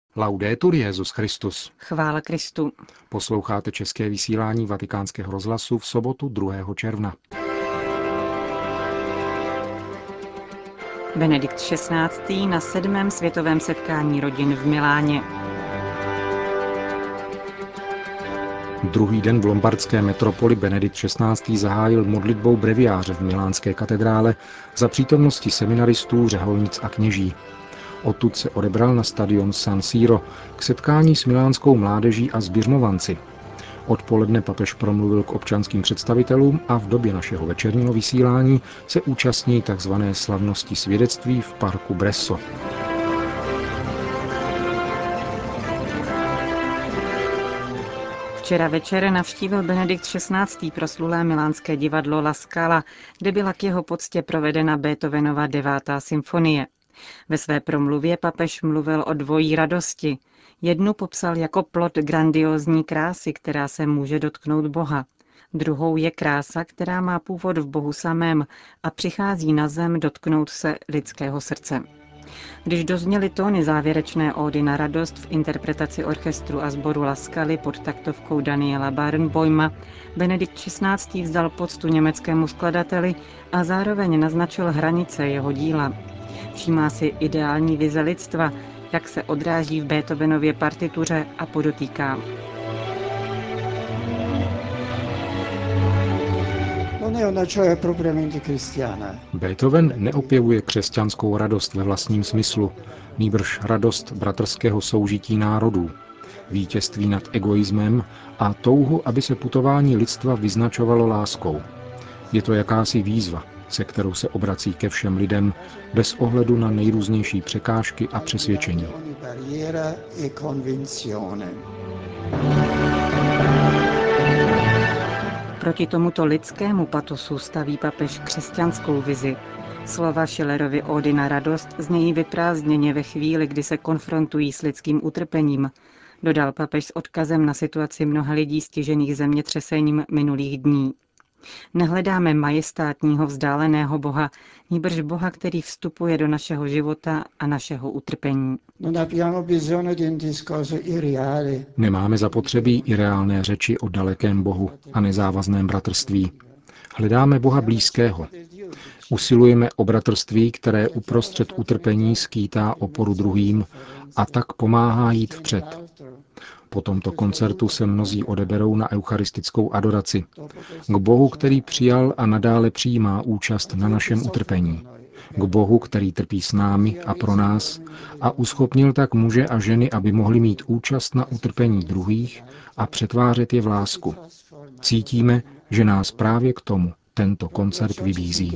Laudetur Jesus Christus. Chvála Kristu. Posloucháte české vysílání Vatikánského rozhlasu v sobotu 2. června. Benedikt XVI. Na 7. světovém setkání rodin v Miláně. Druhý den v lombardské metropoli Benedikt XVI. Zahájil modlitbou breviáře v milánské katedrále za přítomnosti seminaristů, řeholnic a kněží. Odtud se odebral na stadion San Siro k setkání s milánskou mládeží a sběrmovanci. Odpoledne papež promluvil k občanským představitelům a v době našeho večerního vysílání se účastní tzv. Slavnosti svědectví v parku Bresso. Včera večer navštívil Benedikt XVI. Proslulé milánské divadlo La Scala, kde byla k jeho poctě provedena Beethovenova 9. symfonie. Ve své promluvě papež mluvil o dvojí radosti. Jednu popsal jako plod grandiózní krásy, která se může dotknout Boha. Druhou je krása, která má původ v Bohu samém a přichází na zem dotknout se lidského srdce. Když dozněly tóny závěrečné ódy na radost v interpretaci orchestru a sboru La Scaly pod taktovkou Daniela Barenboima, Benedikt XVI. Vzdal poctu německému skladateli a zároveň naznačil hranice jeho díla. Všímá si ideální vize lidstva, jak se odráží v Beethovenově partituře a podotýká. Beethoven neopěvuje křesťanskou radost ve vlastním smyslu, nýbrž radost bratrského soužití národů, vítězství nad egoismem a touhu, aby se putování lidstva vyznačovalo láskou. Je to jakási výzva, se kterou se obrací ke všem lidem bez ohledu na nejrůznější překážky a přesvědčení. Proti tomuto lidskému patosu staví papež křesťanskou vizi. Slova Schillerovy ódy na radost znějí vyprázdněně ve chvíli, kdy se konfrontují s lidským utrpením, dodal papež s odkazem na situaci mnoha lidí stižených zemětřesením minulých dní. Nehledáme majestátního vzdáleného Boha, nýbrž Boha, který vstupuje do našeho života a našeho utrpení. Nemáme zapotřebí i reálné řeči o dalekém Bohu a nezávazném bratrství. Hledáme Boha blízkého. Usilujeme o bratrství, které uprostřed utrpení skýtá oporu druhým a tak pomáhá jít vpřed. Po tomto koncertu se mnozí odeberou na eucharistickou adoraci, k Bohu, který přijal a nadále přijímá účast na našem utrpení, k Bohu, který trpí s námi a pro nás a uschopnil tak muže a ženy, aby mohli mít účast na utrpení druhých a přetvářet je v lásku. Cítíme, že nás právě k tomu tento koncert vybízí.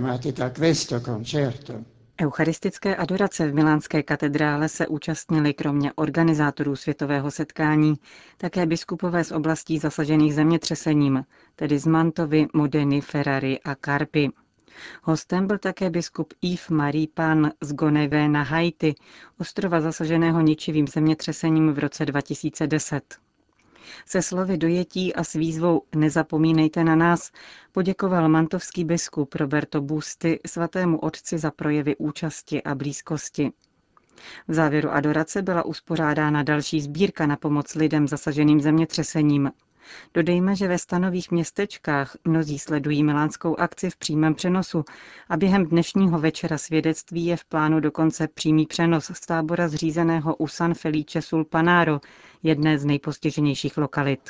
Eucharistické adorace v milánské katedrále se účastnili kromě organizátorů světového setkání také biskupové z oblastí zasažených zemětřesením, tedy z Mantovy, Modeny, Ferrary a Carpi. Hostem byl také biskup Yves-Marie Pan z Gonaive na Haiti, ostrova zasaženého ničivým zemětřesením v roce 2010. Se slovy dojetí a s výzvou Nezapomínejte na nás poděkoval mantovský biskup Roberto Busti svatému otci za projevy účasti a blízkosti. V závěru adorace byla uspořádána další sbírka na pomoc lidem zasaženým zemětřesením. Dodejme, že ve stanových městečkách mnozí sledují milánskou akci v přímém přenosu a během dnešního večera svědectví je v plánu dokonce přímý přenos z tábora zřízeného u San Felice sul Panaro, jedné z nejpostiženějších lokalit.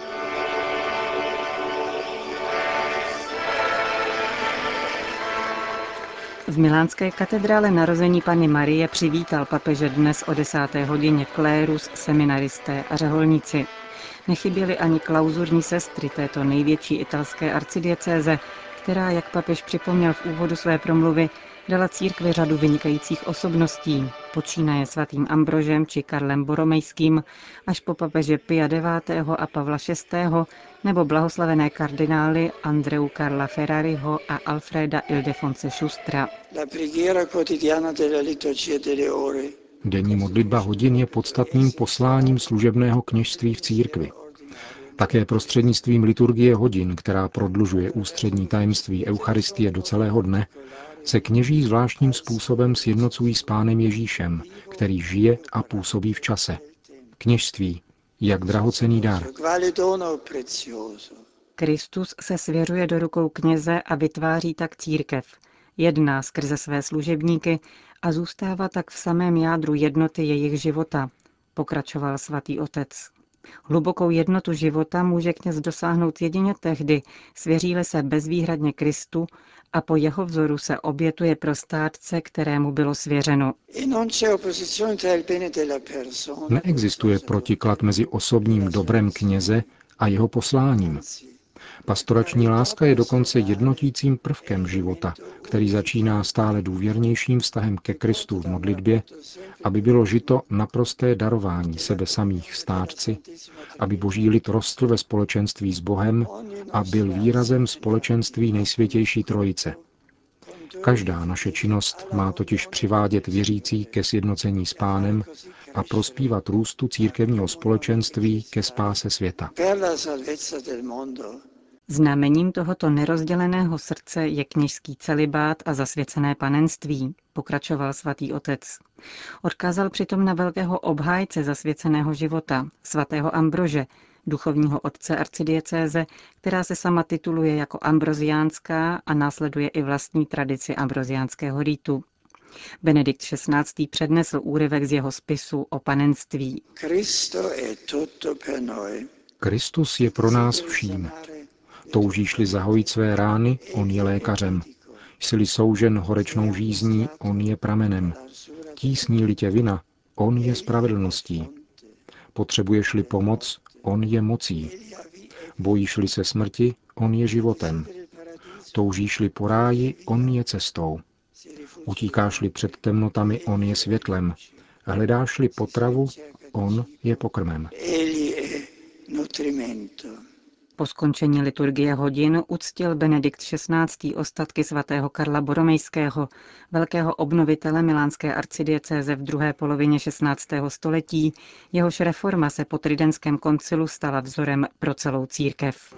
V milánské katedrále narození Panny Marie přivítal papeže dnes o 10. hodině klérus, seminaristé a řeholníci. Nechyběly ani klauzurní sestry této největší italské arcidiecéze, která, jak papež připomněl v úvodu své promluvy, dala církvi řadu vynikajících osobností, počínaje svatým Ambrožem či Karlem Boromejským, až po papeže Pia IX. A Pavla VI. Nebo blahoslavené kardinály Andreu Carla Ferrariho a Alfreda Ildefonse Schustra. Denní modlitba hodin je podstatným posláním služebného kněžství v církvi. Také prostřednictvím liturgie hodin, která prodlužuje ústřední tajemství Eucharistie do celého dne, se kněží zvláštním způsobem sjednocují s Pánem Ježíšem, který žije a působí v čase. Kněžství, jak drahocenný dar. Kristus se svěřuje do rukou kněze a vytváří tak církev. Jedná skrze své služebníky a zůstává tak v samém jádru jednoty jejich života, pokračoval svatý otec. Hlubokou jednotu života může kněz dosáhnout jedině tehdy, svěří-li se bezvýhradně Kristu a po jeho vzoru se obětuje pro státce, kterému bylo svěřeno. Neexistuje protiklad mezi osobním dobrem kněze a jeho posláním. Pastorační láska je dokonce jednotícím prvkem života, který začíná stále důvěrnějším vztahem ke Kristu v modlitbě, aby bylo žito naprosté darování sebe samých státci, aby boží lid rostl ve společenství s Bohem a byl výrazem společenství nejsvětější trojice. Každá naše činnost má totiž přivádět věřící ke sjednocení s Pánem a prospívat růstu církevního společenství ke spáse světa. Znamením tohoto nerozděleného srdce je kněžský celibát a zasvěcené panenství, pokračoval svatý otec. Odkázal přitom na velkého obhájce zasvěceného života, svatého Ambrože, duchovního otce arcidiecéze, která se sama tituluje jako ambroziánská a následuje i vlastní tradici ambroziánského ritu. Benedikt XVI. Přednesl úryvek z jeho spisu o panenství. Kristus je pro nás vším. Toužíš-li zahojit své rány, on je lékařem. Jsi-li soužen horečnou žízní, on je pramenem. Tísní-li tě vina, on je spravedlností. Potřebuješ-li pomoc, on je mocí. Bojíš-li se smrti, on je životem. Toužíš-li po ráji, on je cestou. Utíkáš-li před temnotami, on je světlem. Hledáš-li potravu, on je pokrmem. Po skončení liturgie hodin uctil Benedikt XVI. Ostatky svatého Karla Boromejského, velkého obnovitele milánské arcidiecéze v druhé polovině 16. století, jehož reforma se po Tridentském koncilu stala vzorem pro celou církev.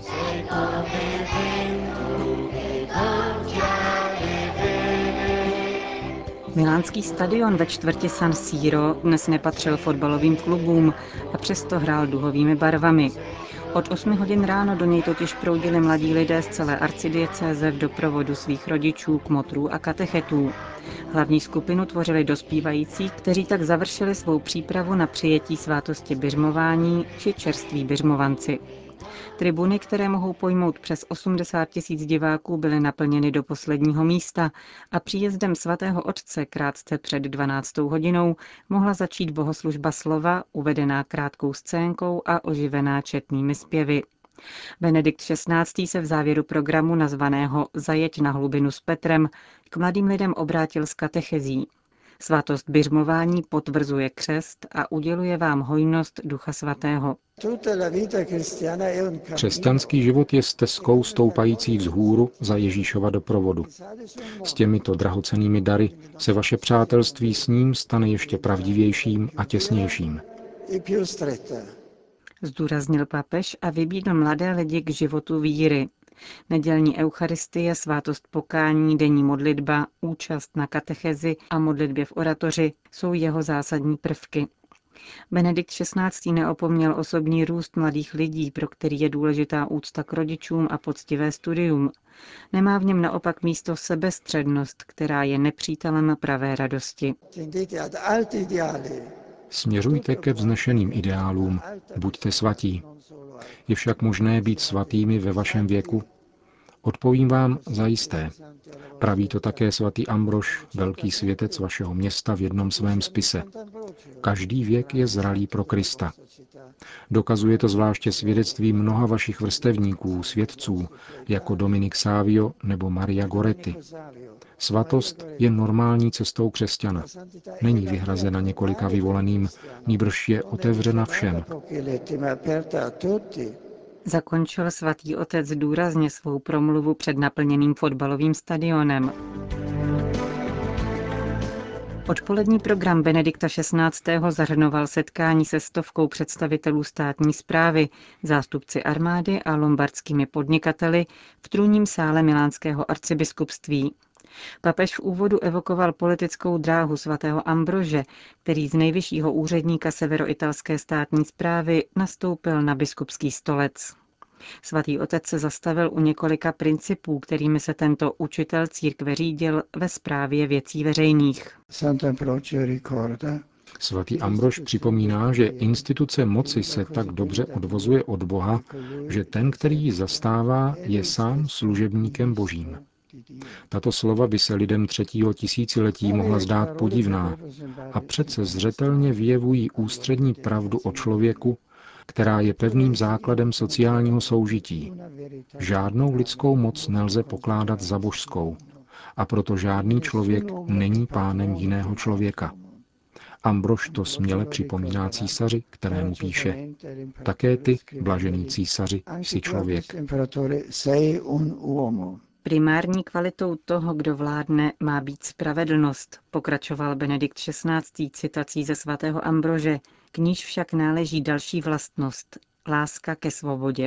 Milánský stadion ve čtvrti San Siro dnes nepatřil fotbalovým klubům a přesto hrál duhovými barvami. Od 8 hodin ráno do něj totiž proudili mladí lidé z celé arcidiecéze v doprovodu svých rodičů, kmotrů a katechetů. Hlavní skupinu tvořili dospívající, kteří tak završili svou přípravu na přijetí svátosti biřmování či čerství biřmovanci. Tribuny, které mohou pojmout přes 80 000 diváků, byly naplněny do posledního místa a příjezdem svatého otce krátce před 12. hodinou mohla začít bohoslužba slova, uvedená krátkou scénkou a oživená četnými zpěvy. Benedikt XVI. Se v závěru programu nazvaného Zajeď na hlubinu s Petrem k mladým lidem obrátil s katechezí. Svátost biřmování potvrzuje křest a uděluje vám hojnost Ducha Svatého. Křesťanský život je stezkou stoupající vzhůru za Ježíšova doprovodu. S těmito drahocennými dary se vaše přátelství s ním stane ještě pravdivějším a těsnějším. Zdůraznil papež a vybídl mladé lidi k životu víry. Nedělní eucharistie, svátost pokání, denní modlitba, účast na katechezi a modlitbě v oratoři jsou jeho zásadní prvky. Benedikt XVI. Neopomněl osobní růst mladých lidí, pro který je důležitá úcta k rodičům a poctivé studium. Nemá v něm naopak místo sebestřednost, která je nepřítelem pravé radosti. Směřujte ke vznešeným ideálům, buďte svatí. Je však možné být svatými ve vašem věku? Odpovím vám zajisté. Praví to také svatý Ambrož, velký světec vašeho města v jednom svém spise. Každý věk je zralý pro Krista. Dokazuje to zvláště svědectví mnoha vašich vrstevníků, svědců, jako Dominik Savio nebo Maria Goretti. Svatost je normální cestou křesťana. Není vyhrazena několika vyvoleným, nýbrž je otevřena všem. Zakončil svatý otec důrazně svou promluvu před naplněným fotbalovým stadionem. Odpolední program Benedikta XVI. Zahrnoval setkání se stovkou představitelů státní správy, zástupci armády a lombardskými podnikateli v trůním sále milánského arcibiskupství. Papež v úvodu evokoval politickou dráhu svatého Ambrože, který z nejvyššího úředníka severoitalské státní správy nastoupil na biskupský stolec. Svatý otec se zastavil u několika principů, kterými se tento učitel církve řídil ve správě věcí veřejných. Svatý Ambrož připomíná, že instituce moci se tak dobře odvozuje od Boha, že ten, který ji zastává, je sám služebníkem Božím. Tato slova by se lidem 3. tisíciletí mohla zdát podivná a přece zřetelně vyjevují ústřední pravdu o člověku, která je pevným základem sociálního soužití. Žádnou lidskou moc nelze pokládat za božskou a proto žádný člověk není pánem jiného člověka. Ambrož to směle připomíná císaři, kterému píše: také ty, blažený císaři, jsi člověk. Primární kvalitou toho, kdo vládne, má být spravedlnost, pokračoval Benedikt XVI. Citací ze svatého Ambrože, k níž však náleží další vlastnost – láska ke svobodě.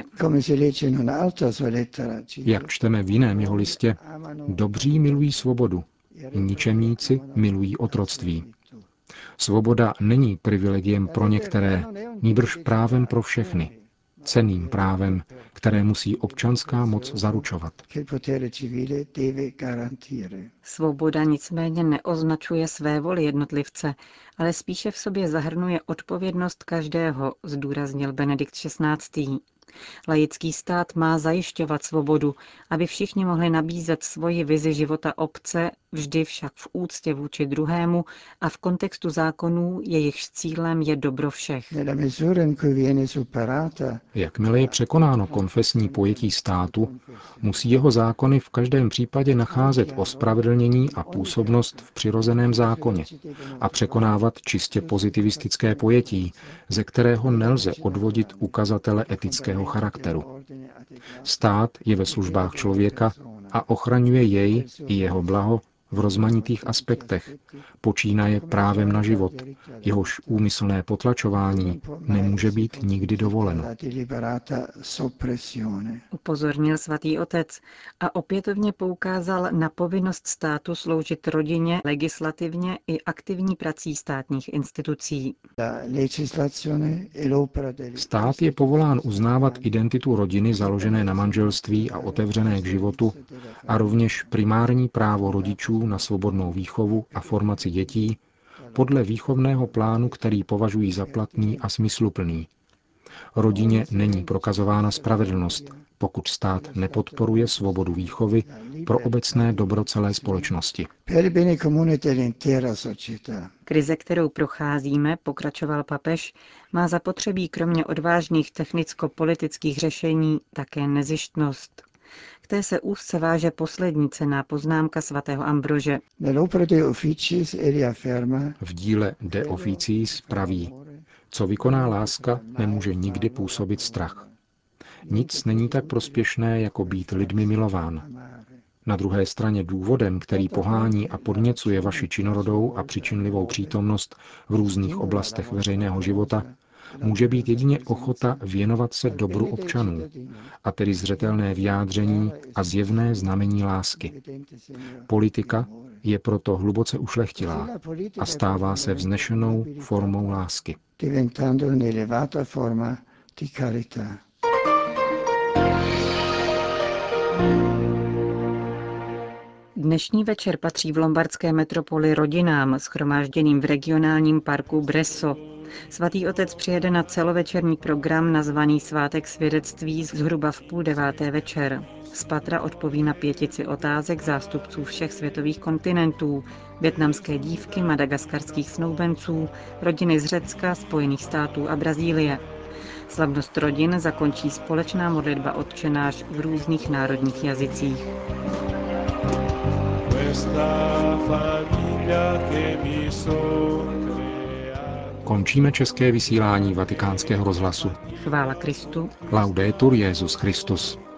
Jak čteme v jiném jeho listě, dobří milují svobodu, ničemníci milují otroctví. Svoboda není privilegiem pro některé, nýbrž právem pro všechny, cenným právem, které musí občanská moc zaručovat. Svoboda nicméně neoznačuje své voli jednotlivce, ale spíše v sobě zahrnuje odpovědnost každého, zdůraznil Benedikt XVI. Laický stát má zajišťovat svobodu, aby všichni mohli nabízet svoji vizi života obce, vždy však v úctě vůči druhému a v kontextu zákonů, jejichž cílem je dobro všech. Jakmile je překonáno konfesní pojetí státu, musí jeho zákony v každém případě nacházet ospravedlnění a působnost v přirozeném zákoně a překonávat čistě pozitivistické pojetí, ze kterého nelze odvodit ukazatele etického charakteru. Stát je ve službách člověka a ochraňuje jej i jeho blaho v rozmanitých aspektech, počínaje právem na život, jehož úmyslné potlačování nemůže být nikdy dovoleno. Upozornil svatý otec a opětovně poukázal na povinnost státu sloužit rodině legislativně i aktivní prací státních institucí. Stát je povolán uznávat identitu rodiny založené na manželství a otevřené k životu a rovněž primární právo rodičů na svobodnou výchovu a formaci dětí podle výchovného plánu, který považují za platný a smysluplný. Rodině není prokazována spravedlnost, pokud stát nepodporuje svobodu výchovy pro obecné dobro celé společnosti. Krize, kterou procházíme, pokračoval papež, má zapotřebí kromě odvážných technicko-politických řešení také nezištnost. K té se úzce váže poslední cenná poznámka svatého Ambrože. V díle De Officiis praví: co vykoná láska, nemůže nikdy působit strach. Nic není tak prospěšné, jako být lidmi milován. Na druhé straně důvodem, který pohání a podněcuje vaši činorodou a přičinlivou přítomnost v různých oblastech veřejného života, může být jedině ochota věnovat se dobru občanů, a tedy zřetelné vyjádření a zjevné znamení lásky. Politika je proto hluboce ušlechtilá a stává se vznešenou formou lásky. Dnešní večer patří v lombardské metropoli rodinám shromážděným v regionálním parku Bresso. Svatý otec přijede na celovečerní program nazvaný Svátek svědectví zhruba v 8:30 večer. Z patra odpoví na 5 otázek zástupců všech světových kontinentů, vietnamské dívky, madagaskarských snoubenců, rodiny z Řecka, Spojených států a Brazílie. Slavnost rodin zakončí společná modlitba Otčenáš v různých národních jazycích. Končíme české vysílání Vatikánského rozhlasu. Chvála Kristu. Laudetur Jesus Christus.